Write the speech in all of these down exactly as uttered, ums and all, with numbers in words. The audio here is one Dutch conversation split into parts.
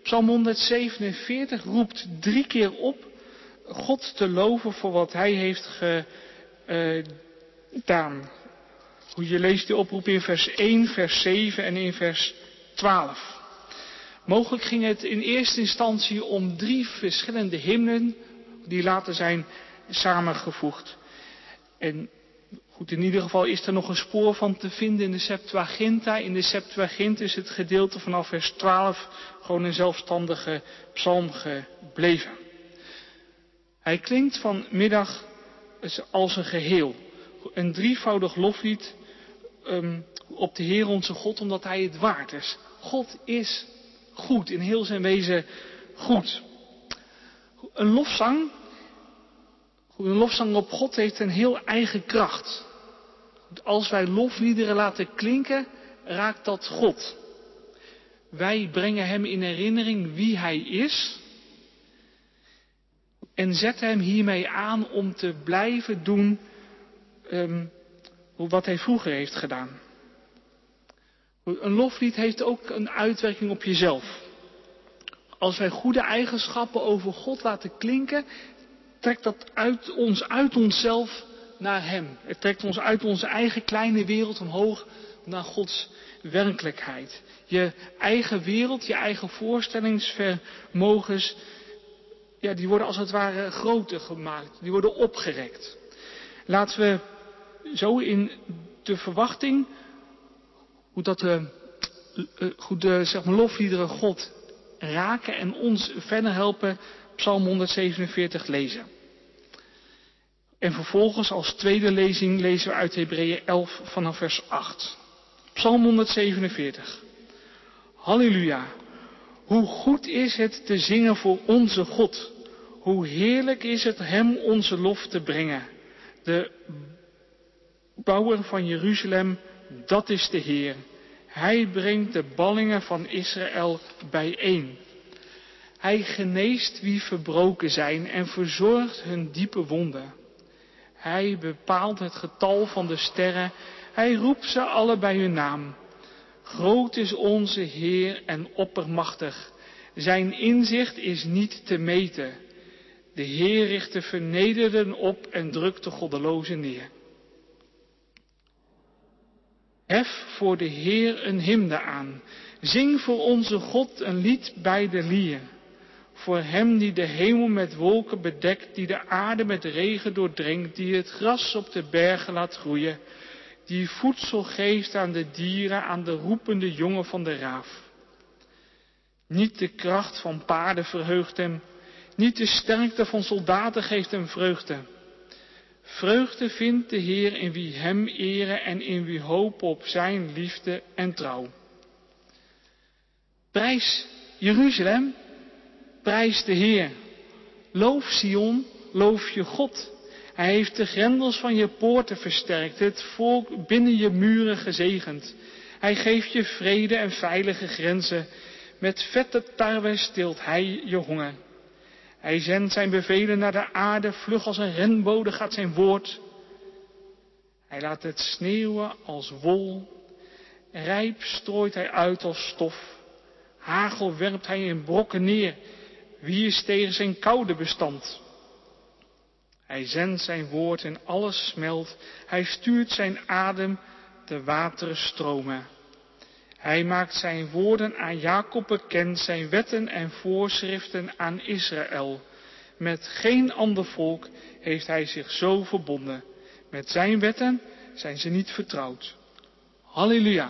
Psalm honderdzevenenveertig roept drie keer op God te loven voor wat hij heeft gedaan. Hoe je leest die oproep in vers één, vers zeven en in vers twaalf. Mogelijk ging het in eerste instantie om drie verschillende hymnen die later zijn samengevoegd. En goed, in ieder geval is er nog een spoor van te vinden in de Septuaginta. In de Septuaginta is het gedeelte vanaf vers twaalf gewoon een zelfstandige psalm gebleven. Hij klinkt vanmiddag als een geheel. Een drievoudig loflied um, op de Heer onze God, omdat hij het waard is. God is goed, in heel zijn wezen goed. Een lofzang, een lofzang op God heeft een heel eigen kracht. Als wij lofliederen laten klinken, raakt dat God. Wij brengen hem in herinnering wie hij is en zetten hem hiermee aan om te blijven doen um, wat hij vroeger heeft gedaan. Een loflied heeft ook een uitwerking op jezelf. Als wij goede eigenschappen over God laten klinken, trekt dat uit ons, uit onszelf naar hem. Het trekt ons uit onze eigen kleine wereld omhoog naar Gods werkelijkheid. Je eigen wereld, je eigen voorstellingsvermogens, ja, die worden als het ware groter gemaakt. Die worden opgerekt. Laten we zo in de verwachting, hoe dat de, hoe de zeg maar, lofliederen God raken en ons verder helpen, Psalm honderdzevenenveertig lezen. En vervolgens als tweede lezing lezen we uit Hebreeën elf vanaf vers acht. Psalm honderdzevenenveertig. Halleluja. Hoe goed is het te zingen voor onze God. Hoe heerlijk is het hem onze lof te brengen. De bouwer van Jeruzalem, dat is de Heer. Hij brengt de ballingen van Israël bijeen. Hij geneest wie verbroken zijn en verzorgt hun diepe wonden. Hij bepaalt het getal van de sterren. Hij roept ze alle bij hun naam. Groot is onze Heer en oppermachtig. Zijn inzicht is niet te meten. De Heer richt de vernederden op en drukt de goddelozen neer. Hef voor de Heer een hymne aan. Zing voor onze God een lied bij de lier. Voor hem die de hemel met wolken bedekt, die de aarde met regen doordrenkt, die het gras op de bergen laat groeien, die voedsel geeft aan de dieren, aan de roepende jongen van de raaf. Niet de kracht van paarden verheugt hem, niet de sterkte van soldaten geeft hem vreugde. Vreugde vindt de Heer in wie hem eren en in wie hopen op zijn liefde en trouw. Prijs Jeruzalem, prijs de Heer. Loof Sion, loof je God. Hij heeft de grendels van je poorten versterkt, het volk binnen je muren gezegend. Hij geeft je vrede en veilige grenzen. Met vette tarwe stilt hij je honger. Hij zendt zijn bevelen naar de aarde, vlug als een renbode gaat zijn woord. Hij laat het sneeuwen als wol, rijp strooit hij uit als stof. Hagel werpt hij in brokken neer, wie is tegen zijn koude bestand? Hij zendt zijn woord en alles smelt, hij stuurt zijn adem, de wateren stromen. Hij maakt zijn woorden aan Jacob bekend, zijn wetten en voorschriften aan Israël. Met geen ander volk heeft hij zich zo verbonden. Met zijn wetten zijn ze niet vertrouwd. Halleluja.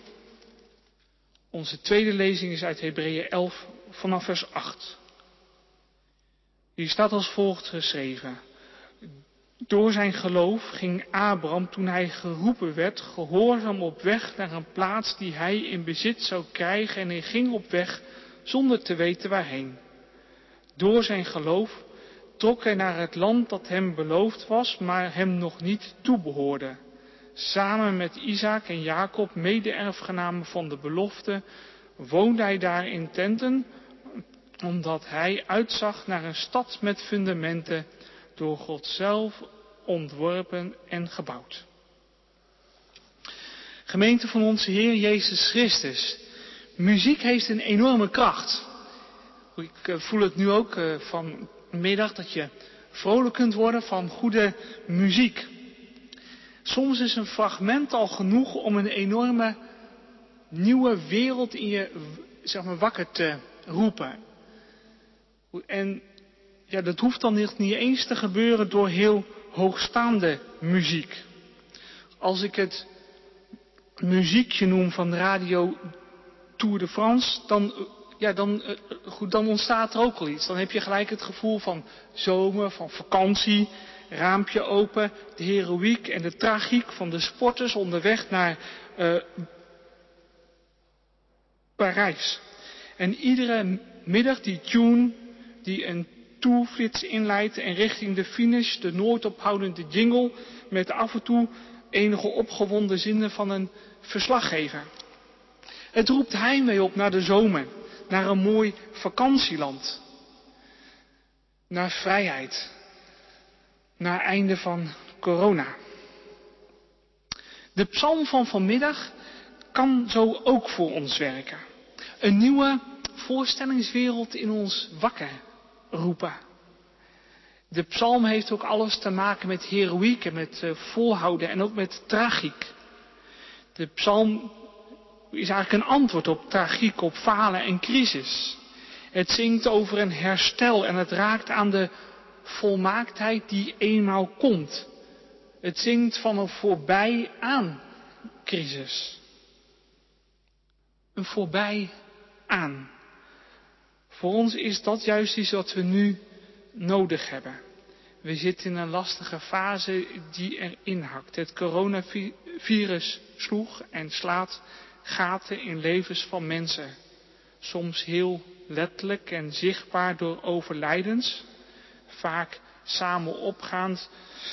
Onze tweede lezing is uit Hebreeën elf vanaf vers acht. Hier staat als volgt geschreven. Door zijn geloof ging Abraham, toen hij geroepen werd, gehoorzaam op weg naar een plaats die hij in bezit zou krijgen, en hij ging op weg zonder te weten waarheen. Door zijn geloof trok hij naar het land dat hem beloofd was, maar hem nog niet toebehoorde. Samen met Isaac en Jacob, mede-erfgenamen van de belofte, woonde hij daar in tenten, omdat hij uitzag naar een stad met fundamenten, door God zelf ontworpen en gebouwd. Gemeente van onze Heer Jezus Christus. Muziek heeft een enorme kracht. Ik voel het nu ook vanmiddag dat je vrolijk kunt worden van goede muziek. Soms is een fragment al genoeg om een enorme nieuwe wereld in je, zeg maar, wakker te roepen. En ja, dat hoeft dan niet eens te gebeuren door heel hoogstaande muziek. Als ik het muziekje noem van Radio Tour de France, dan, ja, dan, goed, dan ontstaat er ook al iets. Dan heb je gelijk het gevoel van zomer, van vakantie, raampje open, de heroïek en de tragiek van de sporters onderweg naar uh, Parijs. En iedere middag die tune, die een toerflits inleidt en richting de finish, de nooit ophoudende jingle met af en toe enige opgewonden zinnen van een verslaggever. Het roept heimwee op naar de zomer, naar een mooi vakantieland, naar vrijheid, naar einde van corona. De psalm van vanmiddag kan zo ook voor ons werken. Een nieuwe voorstellingswereld in ons wakker roepen. De psalm heeft ook alles te maken met heroïek en met uh, volhouden en ook met tragiek. De psalm is eigenlijk een antwoord op tragiek, op falen en crisis. Het zingt over een herstel en het raakt aan de volmaaktheid die eenmaal komt. Het zingt van een voorbij aan crisis. Een voorbij aan. Voor ons is dat juist iets wat we nu nodig hebben. We zitten in een lastige fase die erin hakt. Het coronavirus sloeg en slaat gaten in levens van mensen. Soms heel letterlijk en zichtbaar door overlijdens. Vaak samen opgaand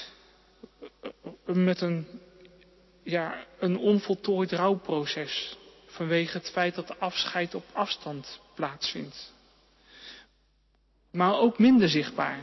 met een, ja, een onvoltooid rouwproces. Vanwege het feit dat de afscheid op afstand plaatsvindt. Maar ook minder zichtbaar.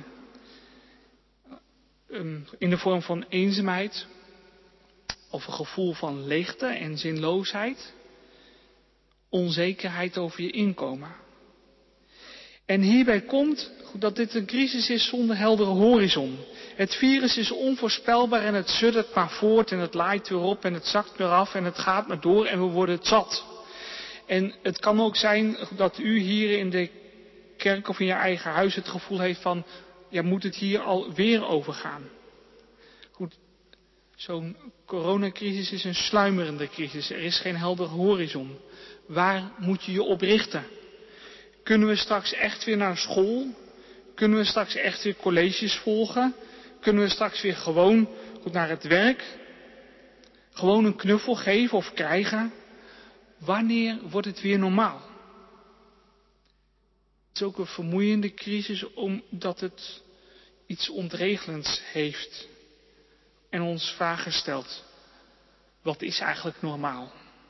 In de vorm van eenzaamheid. Of een gevoel van leegte en zinloosheid. Onzekerheid over je inkomen. En hierbij komt dat dit een crisis is zonder heldere horizon. Het virus is onvoorspelbaar en het suddert maar voort en het laait weer op en het zakt weer af en het gaat maar door en we worden het zat. En het kan ook zijn dat u hier in de kerk of in je eigen huis het gevoel heeft van, ja, moet het hier alweer over gaan? Goed, zo'n coronacrisis is een sluimerende crisis. Er is geen heldere horizon. Waar moet je je op richten? Kunnen we straks echt weer naar school? Kunnen we straks echt weer colleges volgen? Kunnen we straks weer gewoon goed naar het werk? Gewoon een knuffel geven of krijgen? Wanneer wordt het weer normaal? Het is ook een vermoeiende crisis omdat het iets ontregelends heeft. En ons vragen stelt. Wat is eigenlijk normaal?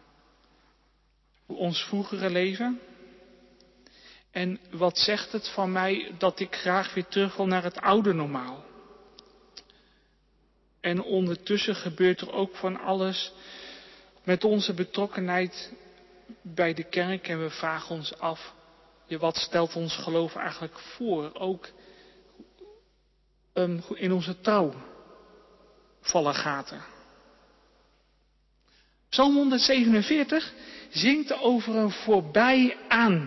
Ons vroegere leven? En wat zegt het van mij dat ik graag weer terug wil naar het oude normaal? En ondertussen gebeurt er ook van alles met onze betrokkenheid bij de kerk. En we vragen ons af, ja, wat stelt ons geloof eigenlijk voor? Ook um, in onze trouw vallen gaten. Psalm honderdzevenenveertig zingt over een voorbij aan.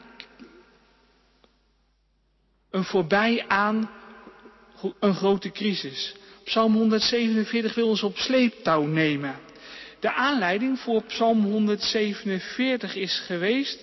Een voorbij aan een grote crisis. Psalm honderdzevenenveertig wil ons op sleeptouw nemen. De aanleiding voor Psalm honderdzevenenveertig is geweest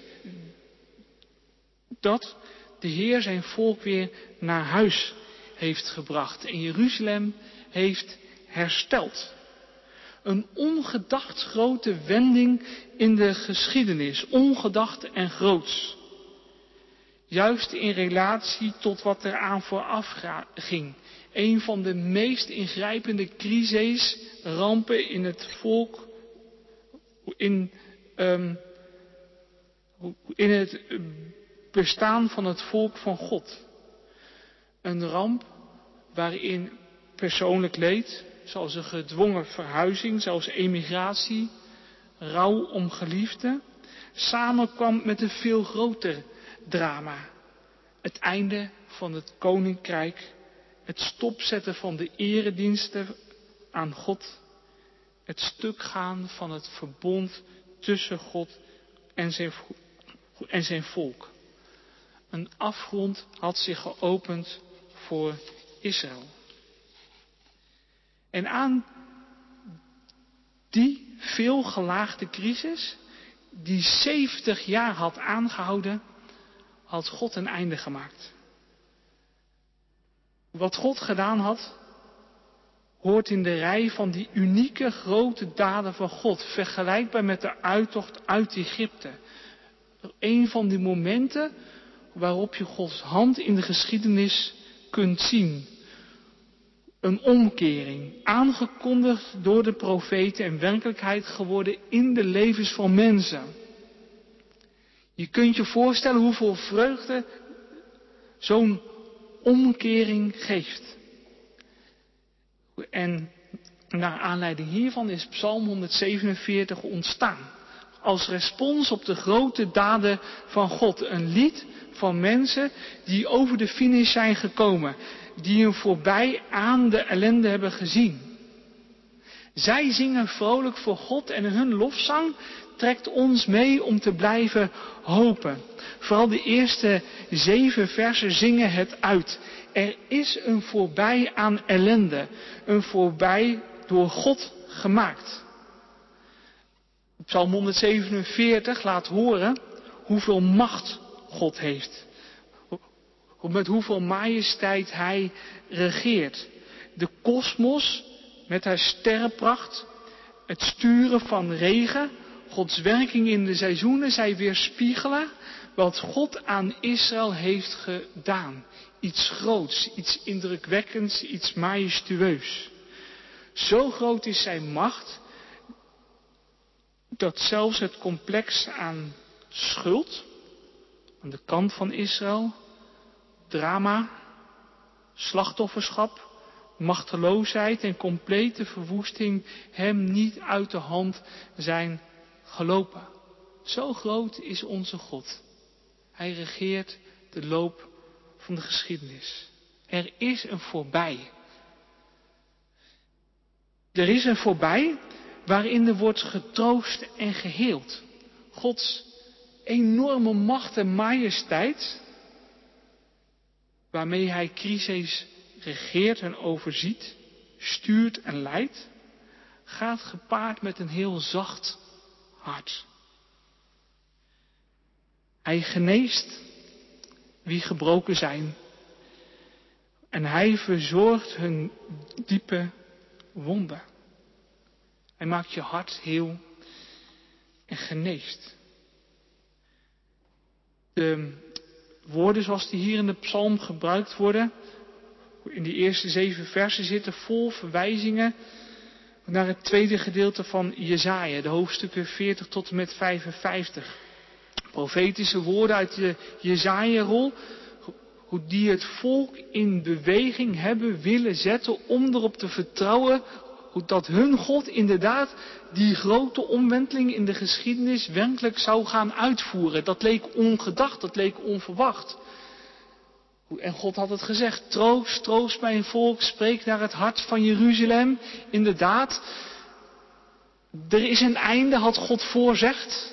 dat de Heer zijn volk weer naar huis heeft gebracht en Jeruzalem heeft hersteld. Een ongedacht grote wending in de geschiedenis, ongedacht en groots. Juist in relatie tot wat er aan vooraf ging. Een van de meest ingrijpende crises, rampen in het volk, in, um, in het bestaan van het volk van God. Een ramp waarin persoonlijk leed, zoals een gedwongen verhuizing, zoals emigratie, rouw om geliefden, samenkwam met een veel groter drama. Het einde van het koninkrijk. Het stopzetten van de erediensten aan God. Het stuk gaan van het verbond tussen God en zijn, en zijn volk. Een afgrond had zich geopend voor Israël. En aan die veelgelaagde crisis, die zeventig jaar had aangehouden, had God een einde gemaakt. Wat God gedaan had, hoort in de rij van die unieke grote daden van God, vergelijkbaar met de uittocht uit Egypte. Een van die momenten waarop je Gods hand in de geschiedenis kunt zien. Een omkering, aangekondigd door de profeten en werkelijkheid geworden in de levens van mensen. Je kunt je voorstellen hoeveel vreugde zo'n omkering geeft. En naar aanleiding hiervan is Psalm honderdzevenenveertig ontstaan. Als respons op de grote daden van God. Een lied van mensen die over de finish zijn gekomen. Die hem voorbij aan de ellende hebben gezien. Zij zingen vrolijk voor God en hun lofzang trekt ons mee om te blijven hopen. Vooral de eerste zeven versen zingen het uit. Er is een voorbij aan ellende. Een voorbij door God gemaakt. Psalm honderdzevenenveertig laat horen hoeveel macht God heeft. Met hoeveel majesteit hij regeert. De kosmos met haar sterrenpracht. Het sturen van regen. Gods werking in de seizoenen. Zij weerspiegelen wat God aan Israël heeft gedaan. Iets groots, iets indrukwekkends, iets majestueus. Zo groot is zijn macht, dat zelfs het complex aan schuld, aan de kant van Israël, drama, slachtofferschap, machteloosheid en complete verwoesting hem niet uit de hand zijn gelopen. Zo groot is onze God. Hij regeert de loop van de geschiedenis. Er is een voorbij. Er is een voorbij waarin er wordt getroost en geheeld. Gods enorme macht en majesteit, waarmee hij crises regeert en overziet, stuurt en leidt, gaat gepaard met een heel zacht hart. Hij geneest wie gebroken zijn. En hij verzorgt hun diepe wonden. Hij maakt je hart heel en geneest. De woorden zoals die hier in de psalm gebruikt worden, in die eerste zeven versen zitten vol verwijzingen naar het tweede gedeelte van Jesaja, de hoofdstukken veertig tot en met vijfenvijftig. Profetische woorden uit de Jesaja-rol, hoe die het volk in beweging hebben willen zetten om erop te vertrouwen hoe dat hun God inderdaad die grote omwenteling in de geschiedenis werkelijk zou gaan uitvoeren. Dat leek ongedacht, dat leek onverwacht. En God had het gezegd, troost, troost mijn volk, spreek naar het hart van Jeruzalem. Inderdaad, er is een einde, had God voorzegd.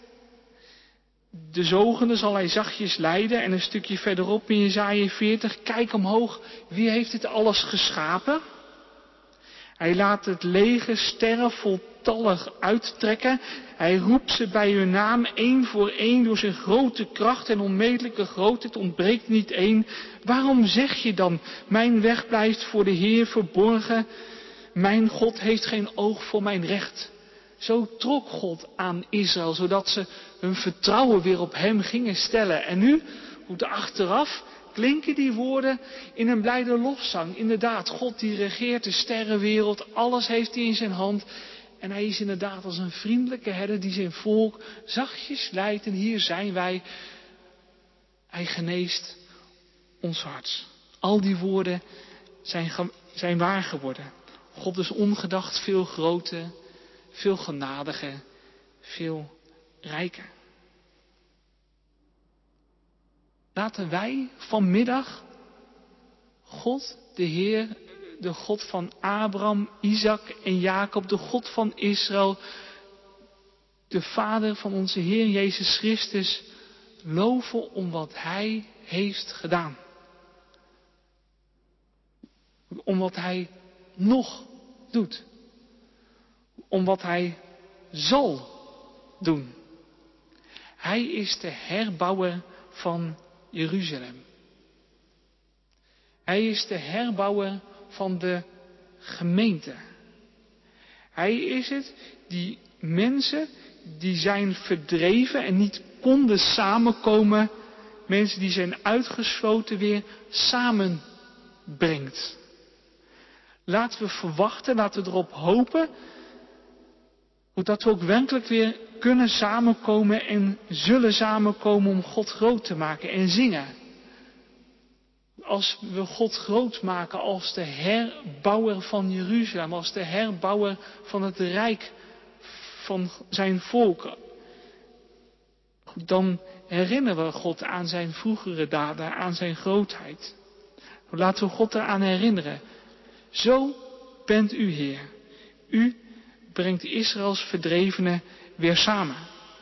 De zogende zal hij zachtjes leiden. En een stukje verderop in Jesaja veertig, kijk omhoog, wie heeft dit alles geschapen? Hij laat het lege sterren voltallig uittrekken. Hij roept ze bij hun naam, één voor één, door zijn grote kracht en onmetelijke grootheid ontbreekt niet één. Waarom zeg je dan, mijn weg blijft voor de Heer verborgen? Mijn God heeft geen oog voor mijn recht. Zo trok God aan Israël, zodat ze hun vertrouwen weer op hem gingen stellen. En nu, hoe achteraf, klinken die woorden in een blijde lofzang. Inderdaad, God die regeert de sterrenwereld, alles heeft hij in zijn hand. En hij is inderdaad als een vriendelijke herder die zijn volk zachtjes leidt. En hier zijn wij. Hij geneest ons hart. Al die woorden zijn, zijn waar geworden. God is ongedacht veel groter, veel genadiger, veel rijker. Laten wij vanmiddag God, de Heer, de God van Abraham, Isaac en Jacob, de God van Israël, de Vader van onze Heer Jezus Christus, loven om wat Hij heeft gedaan. Om wat Hij nog doet. Om wat Hij zal doen. Hij is de herbouwer van Jeruzalem. Hij is de herbouwer van de gemeente. Hij is het die mensen die zijn verdreven en niet konden samenkomen, mensen die zijn uitgesloten, weer samenbrengt. Laten we verwachten, laten we erop hopen, dat we ook werkelijk weer kunnen samenkomen en zullen samenkomen om God groot te maken en zingen. Als we God groot maken als de herbouwer van Jeruzalem, als de herbouwer van het rijk van zijn volk, dan herinneren we God aan zijn vroegere daden, aan zijn grootheid. Laten we God eraan herinneren. Zo bent u, Heer. U brengt Israëls verdrevenen weer samen.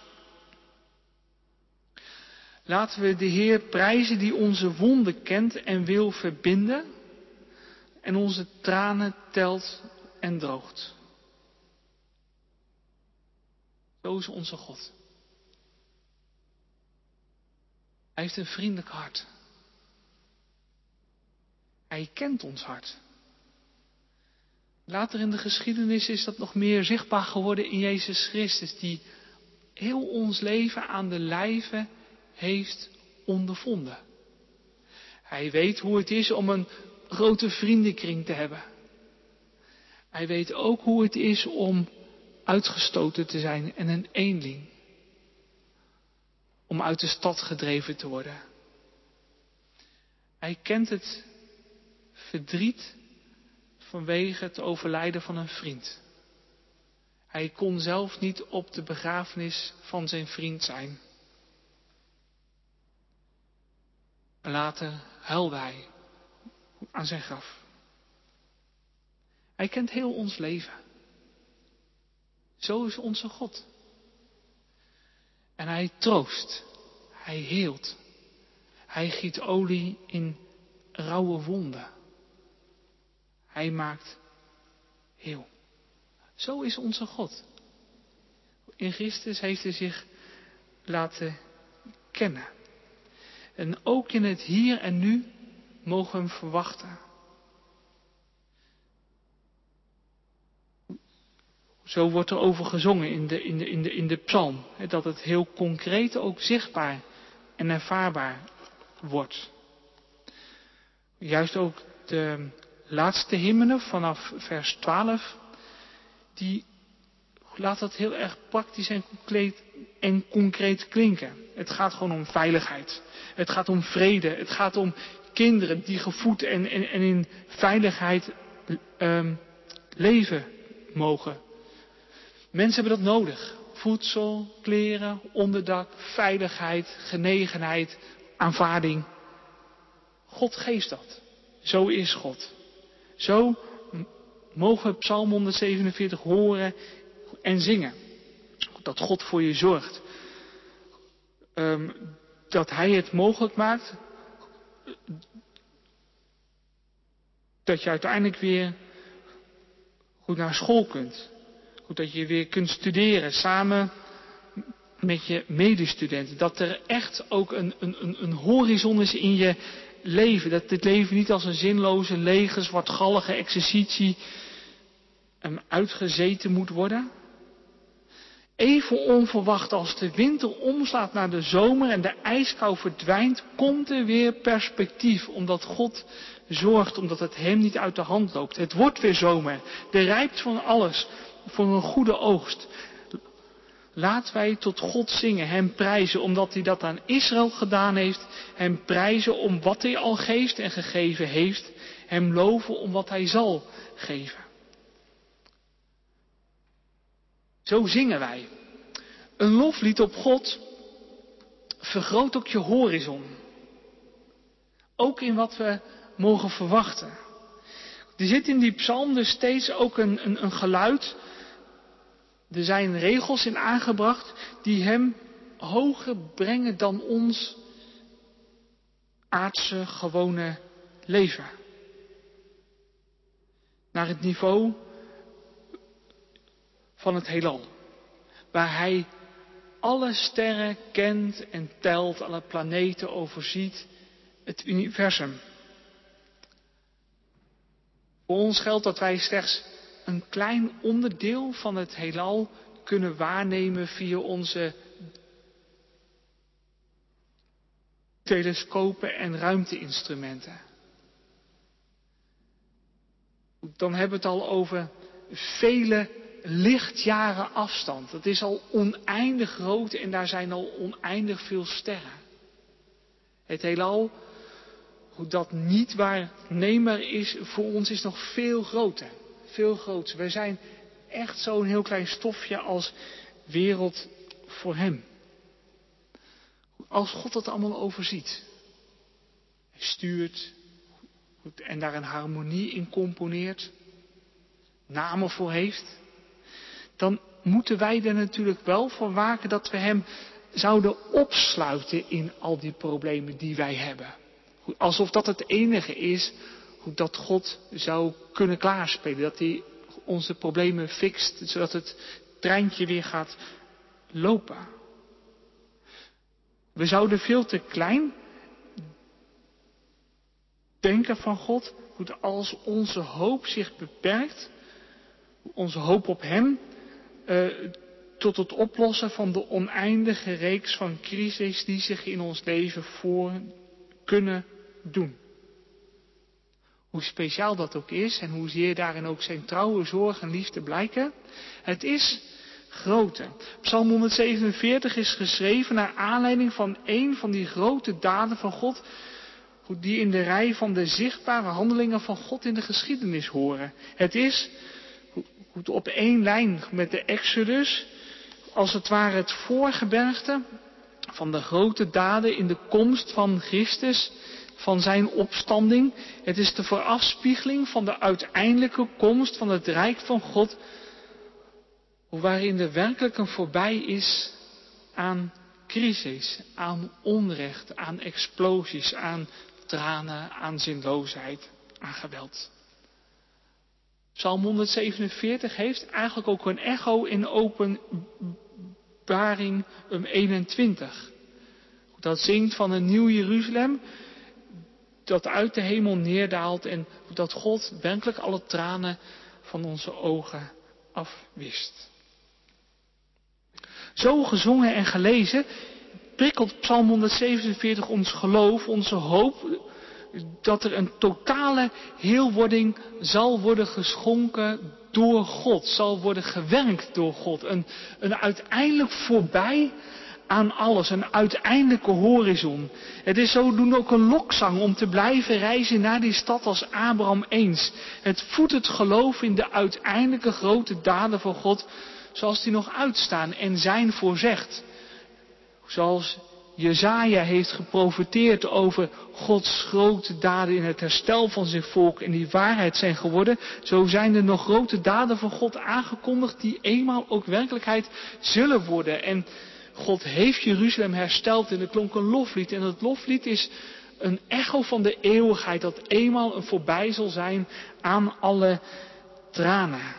Laten we de Heer prijzen die onze wonden kent en wil verbinden en onze tranen telt en droogt. Zo is onze God. Hij heeft een vriendelijk hart. Hij kent ons hart. Later in de geschiedenis is dat nog meer zichtbaar geworden in Jezus Christus, die heel ons leven aan de lijve heeft ondervonden. Hij weet hoe het is om een grote vriendenkring te hebben. Hij weet ook hoe het is om uitgestoten te zijn en een eenling. Om uit de stad gedreven te worden. Hij kent het verdriet vanwege het overlijden van een vriend. Hij kon zelf niet op de begrafenis van zijn vriend zijn. En later huilde hij aan zijn graf. Hij kent heel ons leven. Zo is onze God. En hij troost. Hij heelt. Hij giet olie in rauwe wonden. Hij maakt heel. Zo is onze God. In Christus heeft hij zich laten kennen. En ook in het hier en nu mogen we hem verwachten. Zo wordt er over gezongen in de, in de, in de, in de psalm. Dat het heel concreet ook zichtbaar en ervaarbaar wordt. Juist ook de laatste hymne vanaf vers twaalf. Die laat dat heel erg praktisch en concreet, en concreet klinken. Het gaat gewoon om veiligheid. Het gaat om vrede. Het gaat om kinderen die gevoed en, en, en in veiligheid um, leven mogen. Mensen hebben dat nodig. Voedsel, kleren, onderdak, veiligheid, genegenheid, aanvaarding. God geeft dat. Zo is God. Zo mogen we Psalm honderdzevenenveertig horen en zingen. Dat God voor je zorgt. Um, dat Hij het mogelijk maakt. Dat je uiteindelijk weer goed naar school kunt. Goed dat je weer kunt studeren samen met je medestudenten. Dat er echt ook een, een, een horizon is in je leven. Dat dit leven niet als een zinloze, lege, zwartgallige exercitie um, uitgezeten moet worden. Even onverwacht als de winter omslaat naar de zomer en de ijskou verdwijnt, komt er weer perspectief. Omdat God zorgt, omdat het hem niet uit de hand loopt. Het wordt weer zomer. Er rijpt van alles voor een goede oogst. Laten wij tot God zingen, hem prijzen omdat hij dat aan Israël gedaan heeft. Hem prijzen om wat hij al geeft en gegeven heeft. Hem loven om wat hij zal geven. Zo zingen wij. Een loflied op God vergroot ook je horizon. Ook in wat we mogen verwachten. Er zit in die psalm dus steeds ook een, een, een geluid. Er zijn regels in aangebracht die hem hoger brengen dan ons aardse, gewone leven. Naar het niveau van het heelal. Waar hij alle sterren kent en telt, alle planeten overziet, het universum. Voor ons geldt dat wij slechts een klein onderdeel van het heelal kunnen waarnemen via onze telescopen en ruimteinstrumenten. Dan hebben we het al over vele lichtjaren afstand. Dat is al oneindig groot en daar zijn al oneindig veel sterren. Het heelal, hoe dat niet waarneembaar is, voor ons is nog veel groter. Veel groter. Wij zijn echt zo'n heel klein stofje als wereld voor hem. Als God dat allemaal overziet. Hij stuurt en daar een harmonie in componeert. Namen voor heeft. Dan moeten wij er natuurlijk wel voor waken dat we hem zouden opsluiten in al die problemen die wij hebben. Alsof dat het enige is hoe dat God zou kunnen klaarspelen. Dat hij onze problemen fixt, zodat het treintje weer gaat lopen. We zouden veel te klein denken van God. Hoe als onze hoop zich beperkt, onze hoop op hem, uh, tot het oplossen van de oneindige reeks van crises die zich in ons leven voor kunnen doen. Hoe speciaal dat ook is en hoezeer daarin ook zijn trouwe zorg en liefde blijken. Het is groter. Psalm honderdzevenenveertig is geschreven naar aanleiding van een van die grote daden van God, die in de rij van de zichtbare handelingen van God in de geschiedenis horen. Het is op één lijn met de Exodus, als het ware het voorgebergte van de grote daden in de komst van Christus, van zijn opstanding. Het is de voorafspiegeling van de uiteindelijke komst van het rijk van God, waarin er werkelijk een voorbij is aan crisis, aan onrecht, aan explosies, aan tranen, aan zinloosheid, aan geweld. Psalm honderdzevenenveertig heeft eigenlijk ook een echo in Openbaring eenentwintig. Dat zingt van een nieuw Jeruzalem dat uit de hemel neerdaalt en dat God werkelijk alle tranen van onze ogen afwist. Zo gezongen en gelezen prikkelt Psalm honderdzevenenveertig ons geloof, onze hoop, dat er een totale heelwording zal worden geschonken door God, zal worden gewerkt door God. Een, een uiteindelijk voorbij aan alles, een uiteindelijke horizon. Het is zodoende ook een lokzang om te blijven reizen naar die stad als Abraham eens. Het voedt het geloof in de uiteindelijke grote daden van God, zoals die nog uitstaan en zijn voorzegd. Zoals Jesaja heeft geprofeteerd over Gods grote daden in het herstel van zijn volk en die waarheid zijn geworden. Zo zijn er nog grote daden van God aangekondigd die eenmaal ook werkelijkheid zullen worden. En God heeft Jeruzalem hersteld en er klonk een loflied. En dat loflied is een echo van de eeuwigheid dat eenmaal een voorbij zal zijn aan alle tranen.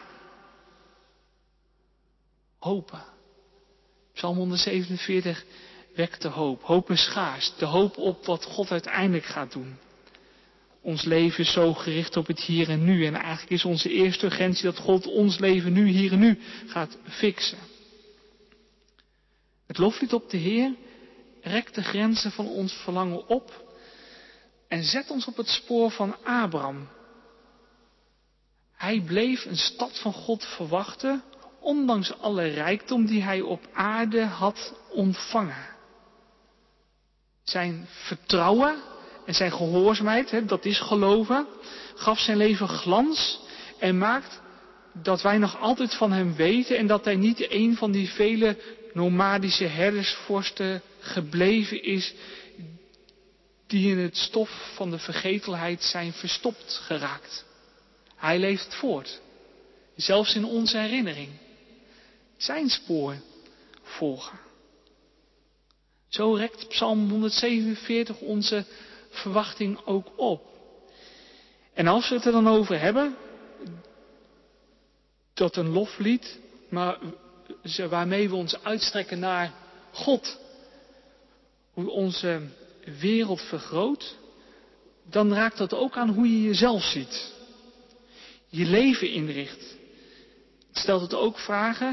Hopen. Psalm honderdzevenenveertig wekt de hoop. Hoop is schaars. De hoop op wat God uiteindelijk gaat doen. Ons leven is zo gericht op het hier en nu. En eigenlijk is onze eerste urgentie dat God ons leven nu, hier en nu gaat fixen. Het loflied op de Heer rekt de grenzen van ons verlangen op en zet ons op het spoor van Abraham. Hij bleef een stad van God verwachten, ondanks alle rijkdom die hij op aarde had ontvangen. Zijn vertrouwen en zijn gehoorzaamheid, dat is geloven, gaf zijn leven glans en maakt dat wij nog altijd van hem weten en dat hij niet een van die vele nomadische herdersvorsten gebleven is die in het stof van de vergetelheid zijn verstopt geraakt. Hij leeft voort, zelfs in onze herinnering. Zijn spoor volgen. Zo rekt Psalm honderdzevenenveertig onze verwachting ook op. En als we het er dan over hebben, dat een loflied, maar waarmee we ons uitstrekken naar God, hoe onze wereld vergroot, dan raakt dat ook aan hoe je jezelf ziet. Je leven inricht. Het stelt het ook vragen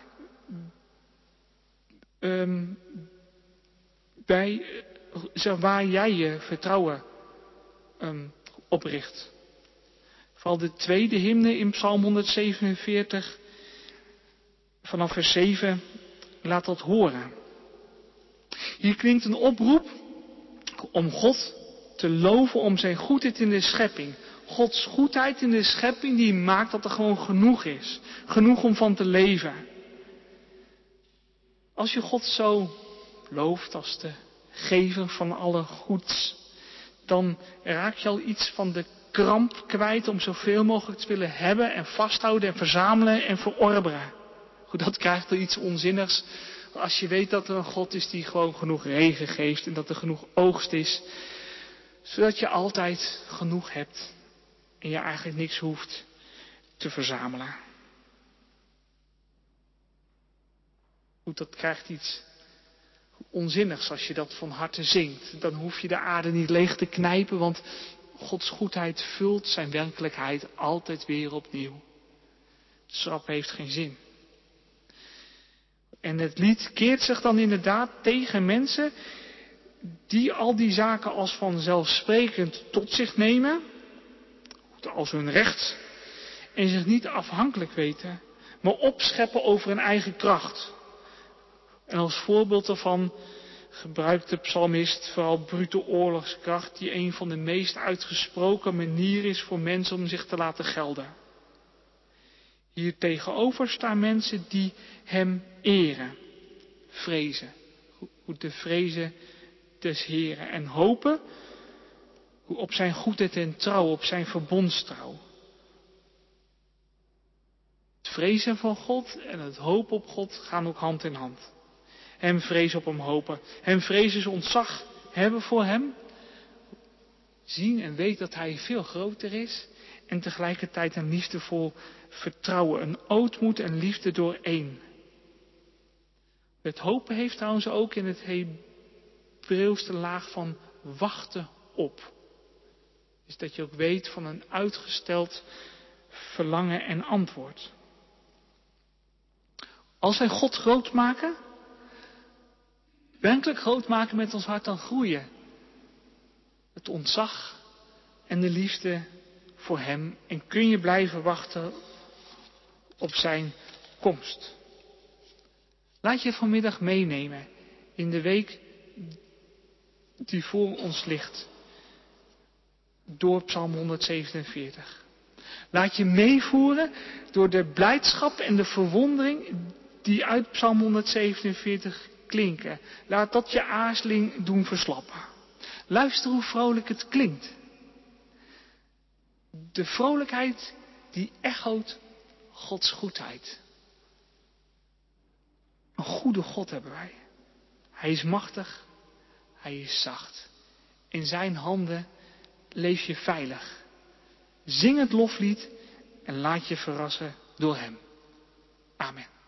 um, bij uh, waar jij je vertrouwen um, opricht. Vooral de tweede hymne in Psalm honderdzevenenveertig, vanaf vers zeven, laat dat horen. Hier klinkt een oproep om God te loven om zijn goedheid in de schepping. Gods goedheid in de schepping die maakt dat er gewoon genoeg is. Genoeg om van te leven. Als je God zo looft als de gever van alle goeds, dan raak je al iets van de kramp kwijt om zoveel mogelijk te willen hebben en vasthouden en verzamelen en verorberen. Goed, dat krijgt er iets onzinnigs. Als je weet dat er een God is die gewoon genoeg regen geeft en dat er genoeg oogst is, zodat je altijd genoeg hebt en je eigenlijk niks hoeft te verzamelen. Goed, dat krijgt iets onzinnigs als je dat van harte zingt. Dan hoef je de aarde niet leeg te knijpen, want Gods goedheid vult zijn werkelijkheid altijd weer opnieuw. Schrap heeft geen zin. En het lied keert zich dan inderdaad tegen mensen die al die zaken als vanzelfsprekend tot zich nemen, als hun recht, en zich niet afhankelijk weten, maar opscheppen over hun eigen kracht. En als voorbeeld daarvan gebruikt de psalmist vooral brute oorlogskracht, die een van de meest uitgesproken manieren is voor mensen om zich te laten gelden. Hier tegenover staan mensen die hem eren, vrezen, hoe de vrezen des Heren en hopen op zijn goedheid en trouw, op zijn verbondstrouw. Het vrezen van God en het hopen op God gaan ook hand in hand. Hem vrezen op hem hopen. Hem vrezen is ontzag hebben voor hem. Zien en weten dat hij veel groter is. En tegelijkertijd een liefdevol vertrouwen. Een ootmoed en liefde door één. Het hopen heeft trouwens ook in het Hebreeuws de laag van wachten op. Dus dat je ook weet van een uitgesteld verlangen en antwoord. Als wij God groot maken, werkelijk groot maken met ons hart, dan groeien het ontzag en de liefde voor hem. En kun je blijven wachten op zijn komst. Laat je vanmiddag meenemen in de week die voor ons ligt. Door Psalm honderdzevenenveertig. Laat je meevoeren door de blijdschap en de verwondering die uit Psalm honderdzevenenveertig klinken. Laat dat je aarzeling doen verslappen. Luister hoe vrolijk het klinkt. De vrolijkheid die echoot Gods goedheid. Een goede God hebben wij. Hij is machtig. Hij is zacht. In zijn handen leef je veilig. Zing het loflied en laat je verrassen door hem. Amen.